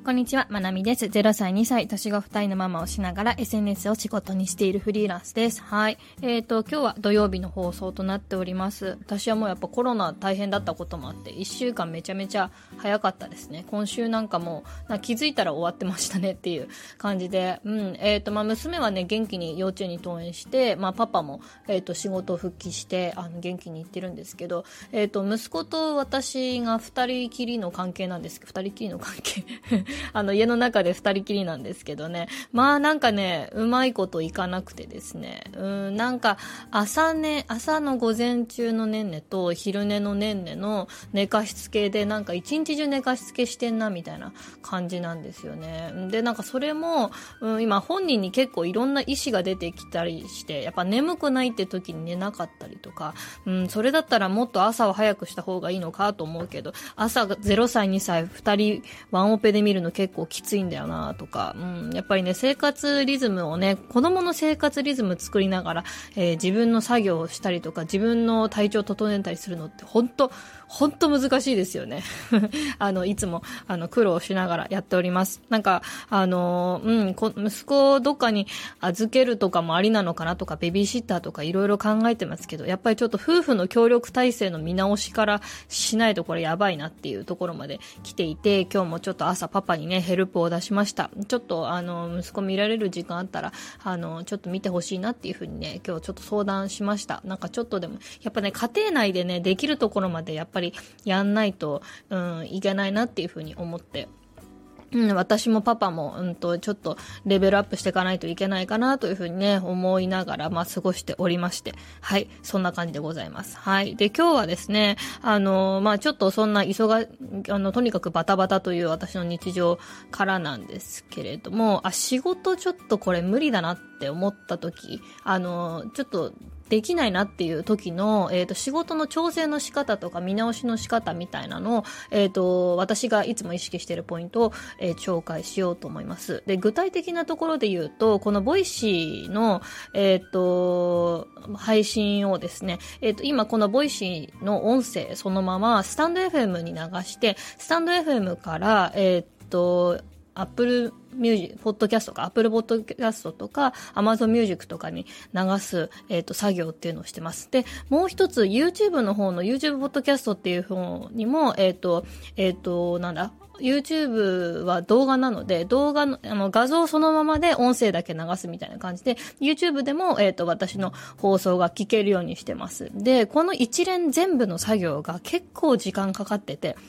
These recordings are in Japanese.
こんにちは、まなみです。0歳、2歳、年子2人のママをしながら SNS を仕事にしているフリーランスです。はい。今日は土曜日の放送となっております。私はもうやっぱコロナ大変だったこともあって、1週間めちゃめちゃ早かったですね。今週なんかもう、気づいたら終わってましたねっていう感じで、娘はね、元気に幼稚園に登園して、パパも、仕事を復帰して、元気に行ってるんですけど、息子と私が2人きりの関係なんですけど、2人きりの関係家の中で二人きりなんですけどね。なんかね、うまいこといかなくてですね。なんか朝の午前中のねんねと昼寝のねんねの寝かしつけでなんか一日中寝かしつけしてんなみたいな感じなんですよね。で、なんかそれも、今本人に結構いろんな意思が出てきたりして、やっぱ眠くないって時に寝なかったりとか、それだったらもっと朝を早くした方がいいのかと思うけど、朝0歳2歳2人ワンオペで見るの結構きついんだよなとか、やっぱりね、生活リズムをね、子供の生活リズム作りながら、自分の作業をしたりとか、自分の体調を整えたりするのって本当難しいですよね。いつも、苦労しながらやっております。なんか、息子をどっかに預けるとかもありなのかなとか、ベビーシッターとかいろいろ考えてますけど、やっぱりちょっと夫婦の協力体制の見直しからしないとこれやばいなっていうところまで来ていて、今日もちょっと朝パパにね、ヘルプを出しました。ちょっと息子見られる時間あったら、ちょっと見てほしいなっていうふうにね、今日ちょっと相談しました。なんかちょっとでも、やっぱね、家庭内でね、できるところまでやっぱりやんないと、いけないなっていうふうに思って、私もパパも、ちょっとレベルアップしていかないといけないかなというふうにね、思いながら、過ごしておりまして。はい。そんな感じでございます。はい。で、今日はですね、ちょっとそんなとにかくバタバタという私の日常からなんですけれども、仕事ちょっとこれ無理だなって思った時、ちょっと、できないなっていう時の、仕事の調整の仕方とか見直しの仕方みたいなのを、私がいつも意識しているポイントを、紹介しようと思います。で、具体的なところで言うと、このボイシーの、配信をですね、今このボイシーの音声そのままスタンド FM に流して、スタンド FM から、Apple Music、ポッドキャストとか、Apple ポッドキャストとか、Amazon Music とかに流す、作業っていうのをしてます。で、もう一つ、YouTube の方の YouTube ポッドキャストっていう方にも、YouTube は動画なので、動画の、画像そのままで音声だけ流すみたいな感じで、YouTube でも、私の放送が聞けるようにしてます。で、この一連全部の作業が結構時間かかってて、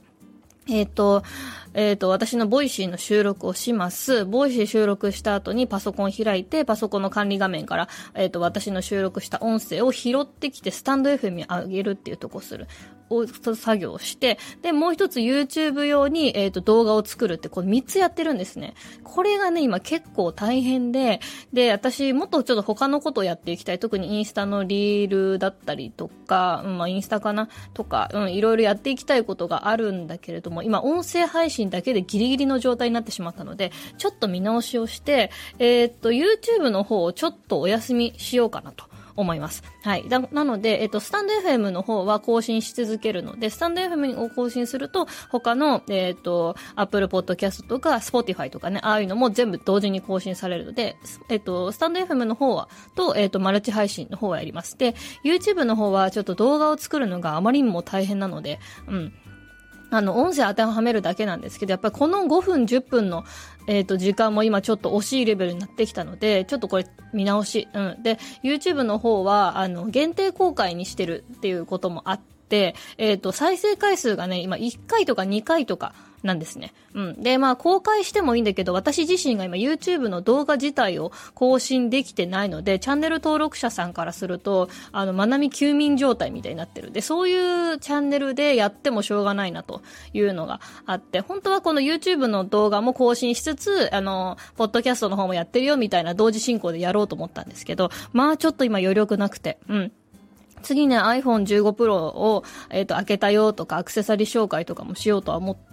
私のボイシーの収録をします。ボイシー収録した後にパソコン開いて、パソコンの管理画面から、私の収録した音声を拾ってきて、スタンド FM に上げるっていうとこをする。作業をして、で、もう一つ YouTube 用に、動画を作るって、この3つやってるんですね。これがね、今結構大変で、私、もっとちょっと他のことをやっていきたい。特にインスタのリールだったりとか、インスタかなとか、いろいろやっていきたいことがあるんだけれども、今、音声配信だけでギリギリの状態になってしまったので、ちょっと見直しをして、YouTube の方をちょっとお休みしようかなと思います。はい。なので、スタンド FM の方は更新し続けるので、スタンド FM を更新すると、他の、Apple Podcast とか、Spotify とかね、ああいうのも全部同時に更新されるので、スタンド FM の方は、マルチ配信の方はやります。で、YouTube の方はちょっと動画を作るのがあまりにも大変なので、音声当てはめるだけなんですけど、やっぱりこの5分、10分の、時間も今ちょっと惜しいレベルになってきたので、ちょっとこれ見直し。で、YouTube の方は、限定公開にしてるっていうこともあって、再生回数がね、今1回とか2回とか、なんですね。で、公開してもいいんだけど、私自身が今 YouTube の動画自体を更新できてないので、チャンネル登録者さんからすると、まなみ休眠状態みたいになってる。で、そういうチャンネルでやってもしょうがないなというのがあって、本当はこの YouTube の動画も更新しつつ、ポッドキャストの方もやってるよみたいな同時進行でやろうと思ったんですけど、ちょっと今余力なくて、次ね iPhone 15 Pro を、開けたよとかアクセサリー紹介とかもしようとは思って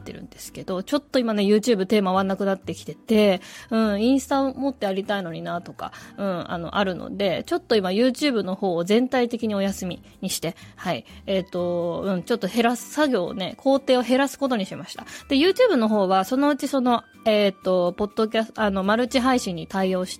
ってるんですけど、ちょっと今ね、YouTube 手回んなくなってきてて、インスタを持ってやりたいのになとか、あるので、ちょっと今 YouTube の方を全体的にお休みにして、はい、ちょっと減らす作業をね、工程を減らすことにしました。で、YouTube の方は、そのうちポッドキャスト、マルチ配信に対応して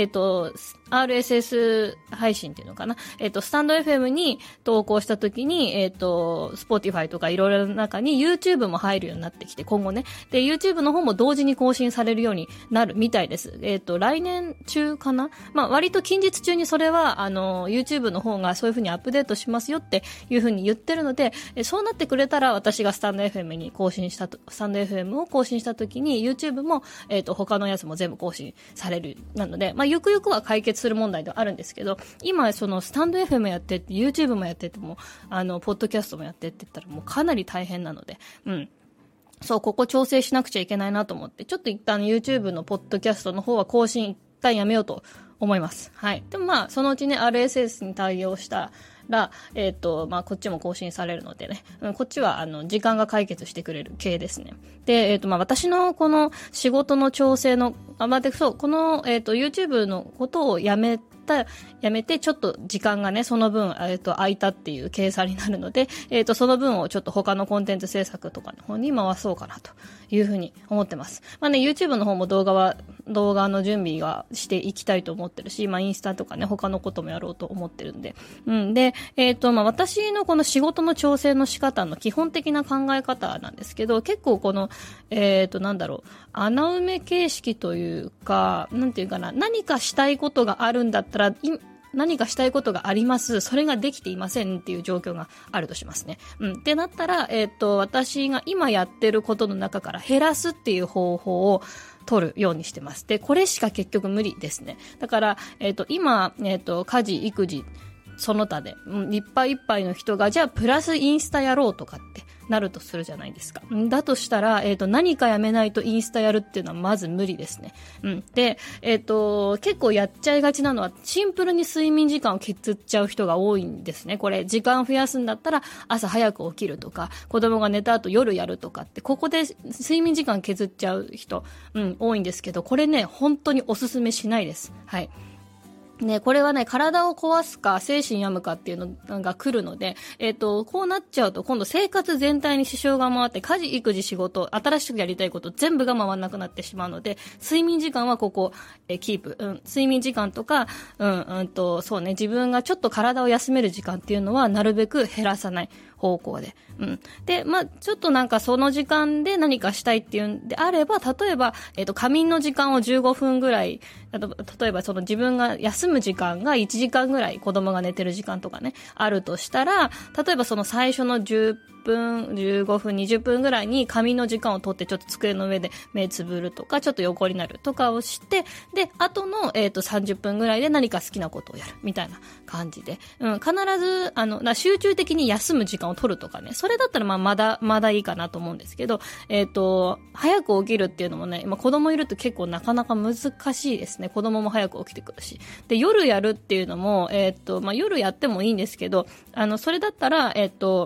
、RSS 配信っていうのかな。スタンド FM に投稿した時に、Spotify とかいろいろな中に YouTube も入るようになってきて、今後ね。で、YouTube の方も同時に更新されるようになるみたいです。来年中かな？まあ、割と近日中にそれは、YouTube の方がそういう風にアップデートしますよっていう風に言ってるので、そうなってくれたら私がスタンド FM を更新した時に YouTube も、他のやつも全部更新される。なので、まあ、ゆくゆくは解決する問題ではあるんですけど、今そのスタンド FM やってって YouTube もやってってもポッドキャストもやってって言ったらもうかなり大変なので、そう、ここ調整しなくちゃいけないなと思って、ちょっと一旦 YouTube のポッドキャストの方は更新一旦やめようと思います。はい。でもまあ、そのうちね、RSS に対応したら、まあ、こっちも更新されるのでね、こっちは、時間が解決してくれる系ですね。で、まあ、私のこの仕事の調整の、この、YouTube のことをやめて、ちょっと時間がね、その分、空いたっていう計算になるので、その分をちょっと他のコンテンツ制作とかの方に回そうかなというふうに思ってます。まあね、YouTube の方も動画の準備はしていきたいと思ってるし、まあ、インスタとかね、他のこともやろうと思ってるんで。で、まあ、私のこの仕事の調整の仕方の基本的な考え方なんですけど、結構この、穴埋め形式というか、なんていうかな、何かしたいことがあるんだったら、何かしたいことがあります。それができていませんっていう状況があるとしますね。ってなったら、私が今やってることの中から減らすっていう方法を取るようにしてます。で、これしか結局無理ですね。だから、今、家事、育児、その他で、いっぱいいっぱいの人が、じゃあプラスインスタやろうとかってなるとするじゃないですか。だとしたら、何かやめないとインスタやるっていうのはまず無理ですね。で、結構やっちゃいがちなのは、シンプルに睡眠時間を削っちゃう人が多いんですね。これ、時間増やすんだったら、朝早く起きるとか、子供が寝た後夜やるとかって、ここで睡眠時間削っちゃう人、多いんですけど、これね、本当におすすめしないです。はい。ね、これはね、体を壊すか、精神病むかっていうのが来るので、こうなっちゃうと、今度生活全体に支障が回って、家事、育児、仕事、新しくやりたいこと全部が回らなくなってしまうので、睡眠時間はここ、キープ。睡眠時間とか、そうね、自分がちょっと体を休める時間っていうのは、なるべく減らさない方向で。で、まあ、ちょっとなんかその時間で何かしたいっていうんであれば、例えば、仮眠の時間を15分ぐらい、例えばその自分が休む時間が1時間ぐらい子供が寝てる時間とかね、あるとしたら、例えばその最初の10分、15分、20分ぐらいに仮眠の時間を取ってちょっと机の上で目つぶるとか、ちょっと横になるとかをして、で、後の、30分ぐらいで何か好きなことをやるみたいな感じで、必ず、集中的に休む時間を取るとかね、それだったらまだいいかなと思うんですけど、早く起きるっていうのもね、今子供いると結構なかなか難しいですね。子供も早く起きてくるし。で、夜やるっていうのも、夜やってもいいんですけど、それだったら、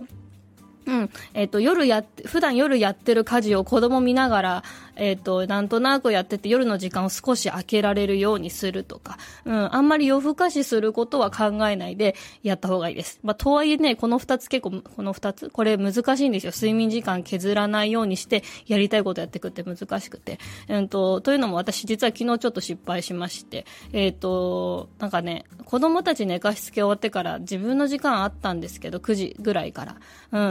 普段夜やってる家事を子供見ながら、なんとなくやってて夜の時間を少し空けられるようにするとか、あんまり夜更かしすることは考えないでやった方がいいです。まあ、とはいえね、この二つ、これ難しいんですよ。睡眠時間削らないようにしてやりたいことやっていくって難しくて。というのも私実は昨日ちょっと失敗しまして、なんかね、子供たち寝かしつけ終わってから自分の時間あったんですけど、9時ぐらいから。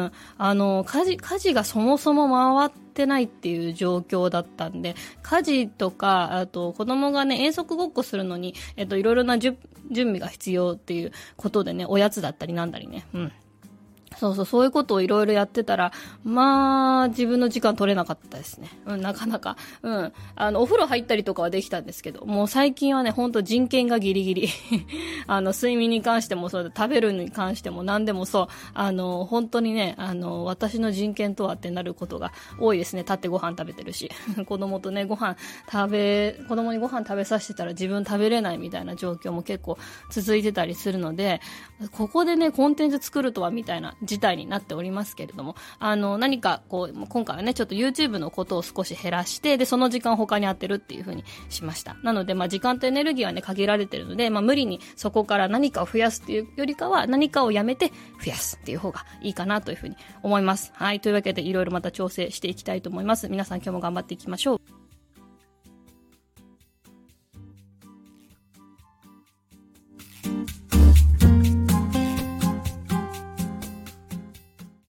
家事がそもそも回ってないっていう状況だったんで、家事とか、あと子供がね、遠足ごっこするのに、いろいろな準備が必要っていうことでね、おやつだったりなんだりね。そういうことをいろいろやってたら、まあ、自分の時間取れなかったですね。なかなか。お風呂入ったりとかはできたんですけど、もう最近はね、ほんと人権がギリギリ。睡眠に関してもそうだ、食べるに関しても何でもそう、本当にね、私の人権とはってなることが多いですね。立ってご飯食べてるし。子供とね、子供にご飯食べさせてたら自分食べれないみたいな状況も結構続いてたりするので、ここでね、コンテンツ作るとはみたいな事態になっておりますけれども、何かこう、今回はね、ちょっと YouTube のことを少し減らして、で、その時間を他に当てるっていう風にしました。なので、時間とエネルギーはね、限られてるので、無理にそこから何かを増やすっていうよりかは、何かをやめて増やすっていう方がいいかなという風に思います。はい。というわけで、いろいろまた調整していきたいと思います。皆さん今日も頑張っていきましょう。